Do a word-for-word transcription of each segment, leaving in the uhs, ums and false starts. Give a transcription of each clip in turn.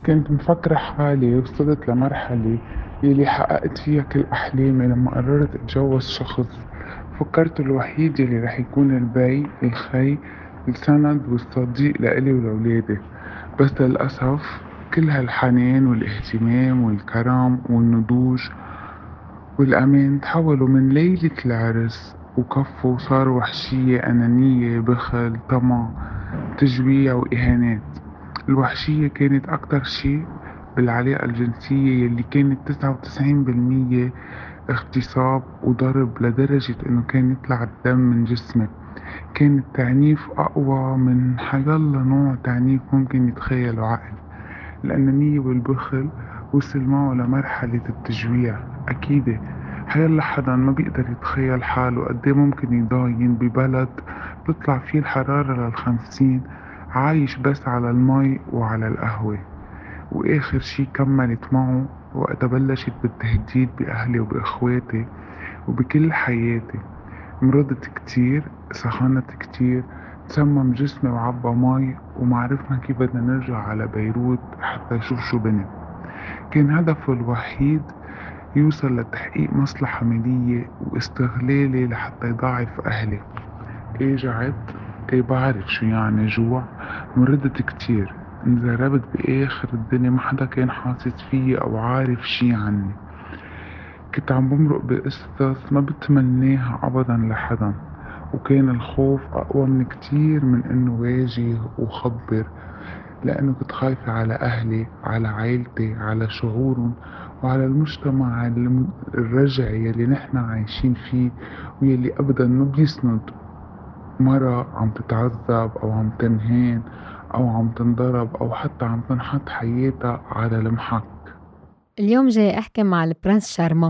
كنت مفكرة حالي وصلت لمرحلة يلي حققت فيها كل أحلامي لما قررت أتجوز شخص فكرته الوحيد يلي رح يكون البي الخي السند والصديق لإلي ولولادي. بس للأسف كل هالحنان والاهتمام والكرم والنضوج والأمان تحولوا من ليلة العرس وكفوا وصاروا وحشية، أنانية، بخل، طمع، تجويع وإهانات. الوحشية كانت أكتر شي بالعلاقة الجنسية يلي كانت تسعة وتسعين بالمية اغتصاب وضرب لدرجة إنه كان يطلع الدم من جسمي. كان التعنيف أقوى من حيالله نوع تعنيف ممكن يتخيله عقل. الأنانية والبخل وصل معه لمرحلة التجويع. أكيد حيالله حدا ما بيقدر يتخيل حاله قديه ممكن يضاين ببلد بتطلع فيه الحرارة للخمسين، عايش بس على المي وعلى القهوة. وآخر شي كملت معه وقت بلشت بالتهديد بأهلي وبإخواتي وبكل حياتي. مرضت كتير، سخنت كتير، تسمم جسمي وعبى مي ومعرفنا كيف بدنا نرجع على بيروت حتى يشوف شو بني. كان هدفه الوحيد يوصل لتحقيق مصلحة مالية واستغلالي لحتى يضاعف أهلي. ايه جعت، ايه بعرف شو يعني جوع. مرضت كتير، انزربت بآخر الدنيا، ما حدا كان حاسس فيي أو عارف شي عني. كنت عم بمرق بقصص ما بتمناها أبدا لحدا، وكان الخوف أقوى من كتير من إنه واجه وخبر، لأنه كنت خايفة على أهلي، على عائلتي، على شعورهم، وعلى المجتمع الم- الرجعي يلي نحنا عايشين فيه، ويلي أبدا ما بيسند مرة عم تتعذب أو عم تنهان أو عم تنضرب أو حتى عم تنحط حياتها على المحك. اليوم جاي أحكي مع البرنس شارمون.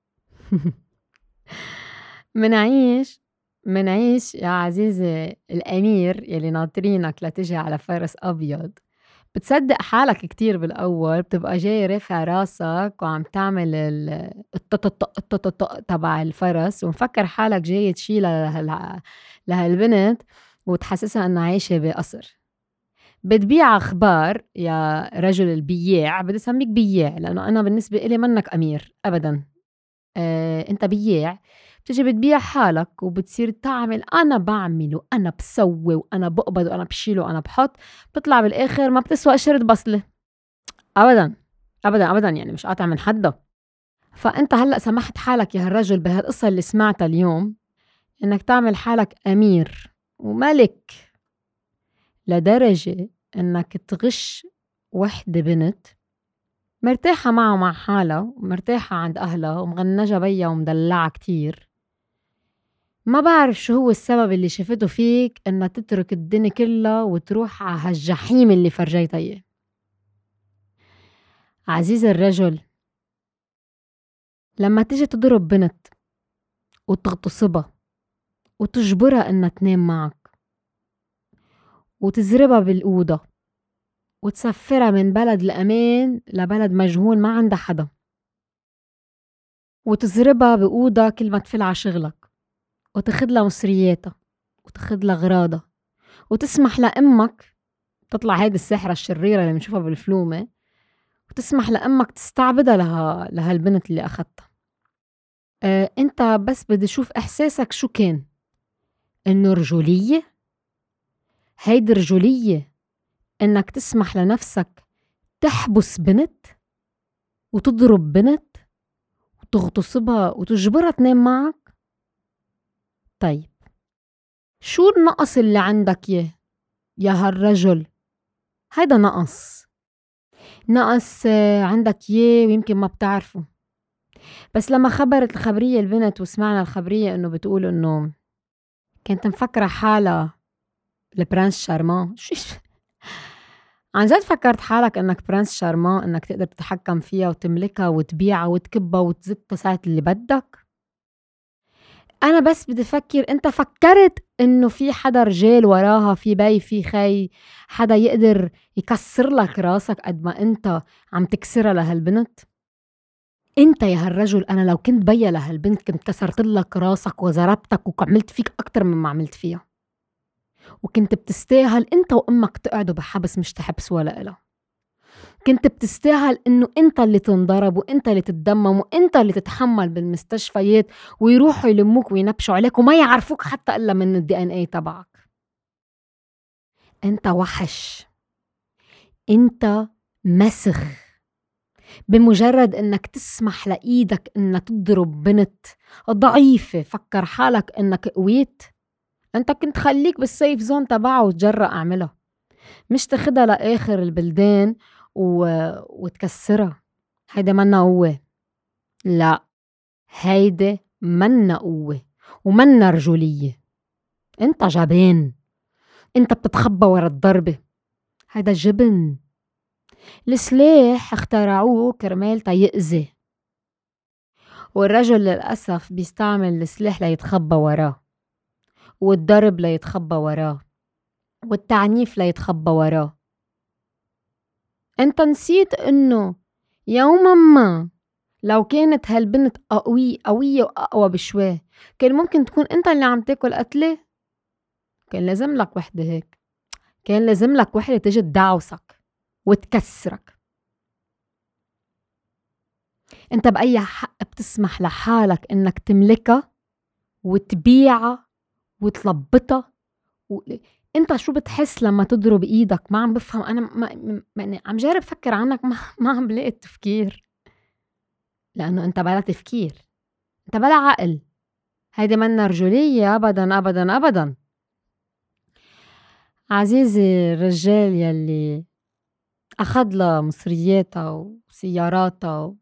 منعيش منعيش يا عزيزي الأمير يلي ناطرينك لتجي على فرس أبيض. بتصدق حالك كتير بالأول، بتبقى جاي رافع راسك وعم تعمل ال- الططط الططط تبع الفرس ومفكر حالك جاي تشيلها لهال- لهالبنت وتحسسها أنها عايشة بقصر. بتبيع أخبار يا رجل البياع، بدي أسميك بياع لأنه أنا بالنسبة إلي منك أمير أبداً. آه، أنت بياع، بتيجي بتبيع حالك وبتصير تعمل أنا بعمل وأنا بسوي وأنا بقبض وأنا بشيل وأنا بحط، بتطلع بالآخر ما بتسوى قشرة بصلة أبداً أبداً أبداً، يعني مش قاطع من حدا. فأنت هلأ سمحت حالك يا هالرجل بهالقصة اللي سمعتها اليوم إنك تعمل حالك أمير وملك لدرجة إنك تغش وحدة بنت مرتاحة معه مع حالها ومرتاحة عند أهلها ومغنجة بيها ومدلعة كتير. ما بعرف شو هو السبب اللي شفته فيك إنها تترك الدنيا كلها وتروح على هالجحيم اللي فرجيتها إياه. عزيز الرجل، لما تيجي تضرب بنت وتغتصبها وتجبرها إنها تنام معك وتزربها بالأوضة وتسفرها من بلد الأمان لبلد مجهول ما عندها حدا وتزربها بأوضة كل ما تفل على شغلك وتاخدلها مصرياتها وتاخدلها غراضها وتسمح لأمك تطلع هيدي الساحرة الشريرة اللي بنشوفها بالفلومة وتسمح لأمك تستعبدها لها لهالبنت اللي أخدتها. أه أنت بس بدي شوف إحساسك شو كان، إنه رجولية؟ هيدي رجولية إنك تسمح لنفسك تحبس بنت وتضرب بنت وتغتصبها وتجبرها تنام معك؟ طيب شو النقص اللي عندك يه يا هالرجل؟ هيدا نقص نقص عندك يه ويمكن ما بتعرفه. بس لما خبرت الخبرية البنت وسمعنا الخبرية إنه بتقول إنه كنت مفكرة حالها البرنس شارمون، شو عن جد فكرت حالك إنك برنس شارمون إنك تقدر تتحكم فيها وتملكها وتبيعها وتكبها وتزتها ساعة اللي بدك؟ أنا بس بدي فكر، أنت فكرت إنه في حدا رجال وراها، في بي في خي، حدا يقدر يكسر لك راسك قد ما أنت عم تكسرها لهالبنت؟ أنت يا هالرجل، أنا لو كنت بيا لهالبنت كنت كسرت لك راسك وزربتك وعملت فيك أكتر مما عملت فيها، وكنت بتستاهل أنت وأمك تقعدوا بحبس مش تحبسوا ولا إلها. كنت بتستاهل إنه أنت اللي تنضرب وأنت اللي تتدمم وأنت اللي تتحمل بالمستشفيات ويروحوا يلموك وينبشوا عليك وما يعرفوك حتى إلا من الدي ان اي تبعك. أنت وحش، أنت مسخ. بمجرد إنك تسمح لإيدك إنها تضرب بنت ضعيفة فكر حالك إنك قويت، أنت كنت خليك بالسيف زون تبعه وتجرأ أعملها، مش تاخدها لآخر البلدان و... وتكسرها. هيدا منا قوة، لا هيدا منا قوة ومنا رجولية. انت جبان، انت بتتخبى ورا الضربة، هيدا جبن. السلاح اخترعوه كرمال تيأذي، والرجل للأسف بيستعمل السلاح ليتخبى وراه، والضرب ليتخبى وراه، والتعنيف ليتخبى وراه. انت نسيت انه يوما ما لو كانت هالبنت قوية قوية وأقوى بشوي كان ممكن تكون انت اللي عم تاكل قتلة. كان لازم لك وحدة هيك، كان لازم لك وحدة تجي تدعوسك وتكسرك. انت بأي حق بتسمح لحالك انك تملكها وتبيعها وتلبطها و... انت شو بتحس لما تضرب ايدك؟ ما عم بفهم انا، ما... ما... عم جارب فكر عنك، ما, ما عم بلاقي التفكير، لانه انت بلا تفكير، انت بلا عقل. هيدي منا رجولية ابدا ابدا ابدا. عزيزي الرجال يلي اخذ لها مصرياتها وسياراتها و...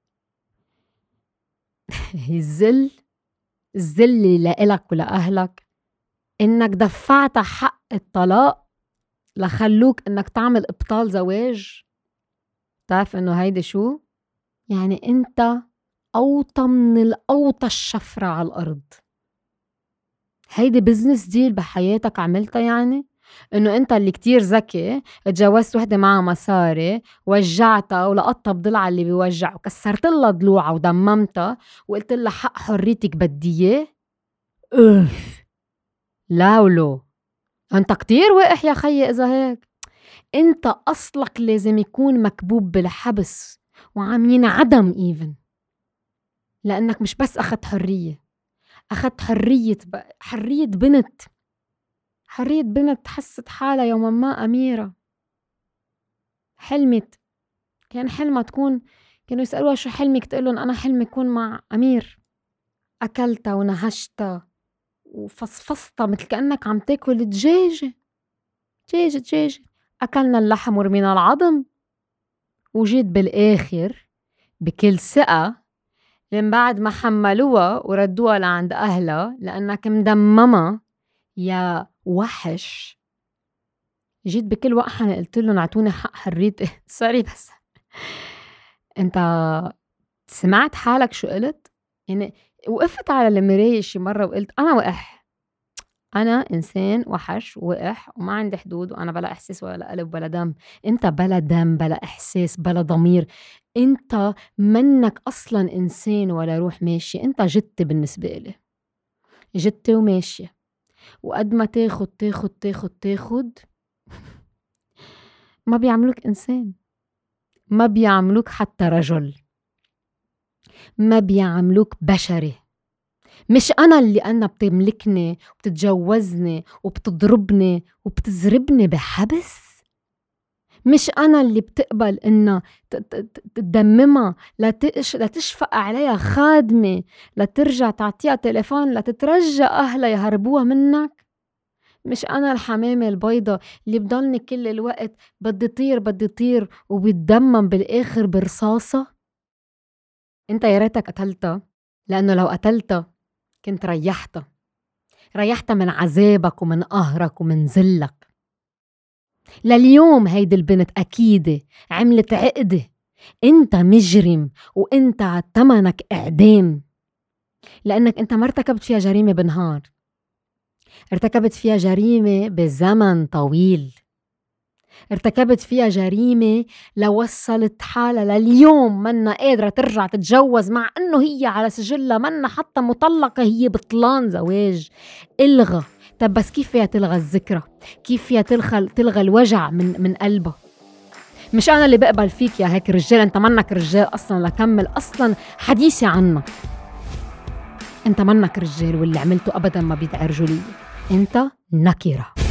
الذل الذل اللي لإلك ولأهلك إنك دفعت حق الطلاق لخلوك إنك تعمل إبطال زواج. تعرف إنه هيدي شو؟ يعني أنت أوطى من الأوطى الشفرة على الأرض. هيدي بزنس ديل بحياتك عملتها، يعني إنه أنت اللي كتير ذكي اتجوزت وحدة معها مصاري وجعتها ولقطتها بضلعها اللي بيوجع وكسرت لها ضلوعها ودممتها وقلت لها حق حريتك بدي إياه. أوف لا ولو أنت كتير وقح يا خيي. إذا هيك أنت أصلك لازم يكون مكبوب بالحبس وعم ينعدم إيفن، لأنك مش بس أخذت حرية، أخذت حرية ب... حرية بنت حرية بنت حست حالها يوما ما أميرة، حلمت، كان حلمها تكون، كانوا يسألوها شو حلمك تقولن أنا حلمي يكون مع أمير. أكلتها ونهشتها وفصفصتها مثل كأنك عم تاكل دجاجة دجاجة دجاجة. أكلنا اللحم ورمينا العظم، وجيت بالآخر بكل ثقة لين بعد ما حملوها وردوها لعند أهلها لأنك مدممة يا وحش. جيت بكل وقحة قلت لهم اعطوني حق حريتي. سوري بس انت سمعت حالك شو قلت؟ يعني وقفت على المراية شي مرة وقلت أنا وقح، أنا إنسان وحش وقح وما عندي حدود وأنا بلا إحساس ولا قلب ولا دم. أنت بلا دم بلا إحساس بلا ضمير، أنت منك أصلا إنسان ولا روح ماشي. أنت جتة بالنسبة لي، جتة وماشية، وقد ما تاخد تاخد تاخد تاخد ما بيعملوك إنسان، ما بيعملوك حتى رجل، ما بيعملوك بشري. مش أنا اللي أنا بتملكني وبتتجوزني وبتضربني وبتزربني بحبس، مش أنا اللي بتقبل إنها تدممها لتش... لتشفق عليها خادمة لترجع تعطيها تليفون لتترجى أهلها يهربوها منك. مش أنا الحمامة البيضة اللي بضلني كل الوقت بدي طير بدي طير وبيتدمم بالآخر برصاصة. انت يا ريتك قتلتها، لأنه لو قتلتها كنت ريحتها ريحتها من عذابك ومن قهرك ومن ذلك. لليوم هيدي البنت أكيدة عملت عقدة، انت مجرم وانت تمنك إعدام، لأنك انت ما ارتكبت فيها جريمة بنهار، ارتكبت فيها جريمة بزمن طويل، ارتكبت فيها جريمة لوصلت حالها لليوم منا قادرة ترجع تتجوز، مع انه هي على سجلها منا حتى مطلقة، هي بطلان زواج الغى. طب بس كيف فيها تلغى الذكرى؟ كيف فيها تلغى, تلغى الوجع من, من قلبها؟ مش أنا اللي بقبل فيك يا هيك رجال، أنت منك رجال أصلا لكمل أصلا حديثي عنك. أنت منك رجال واللي عملته أبدا ما بيدعي رجولية، أنت نكرة.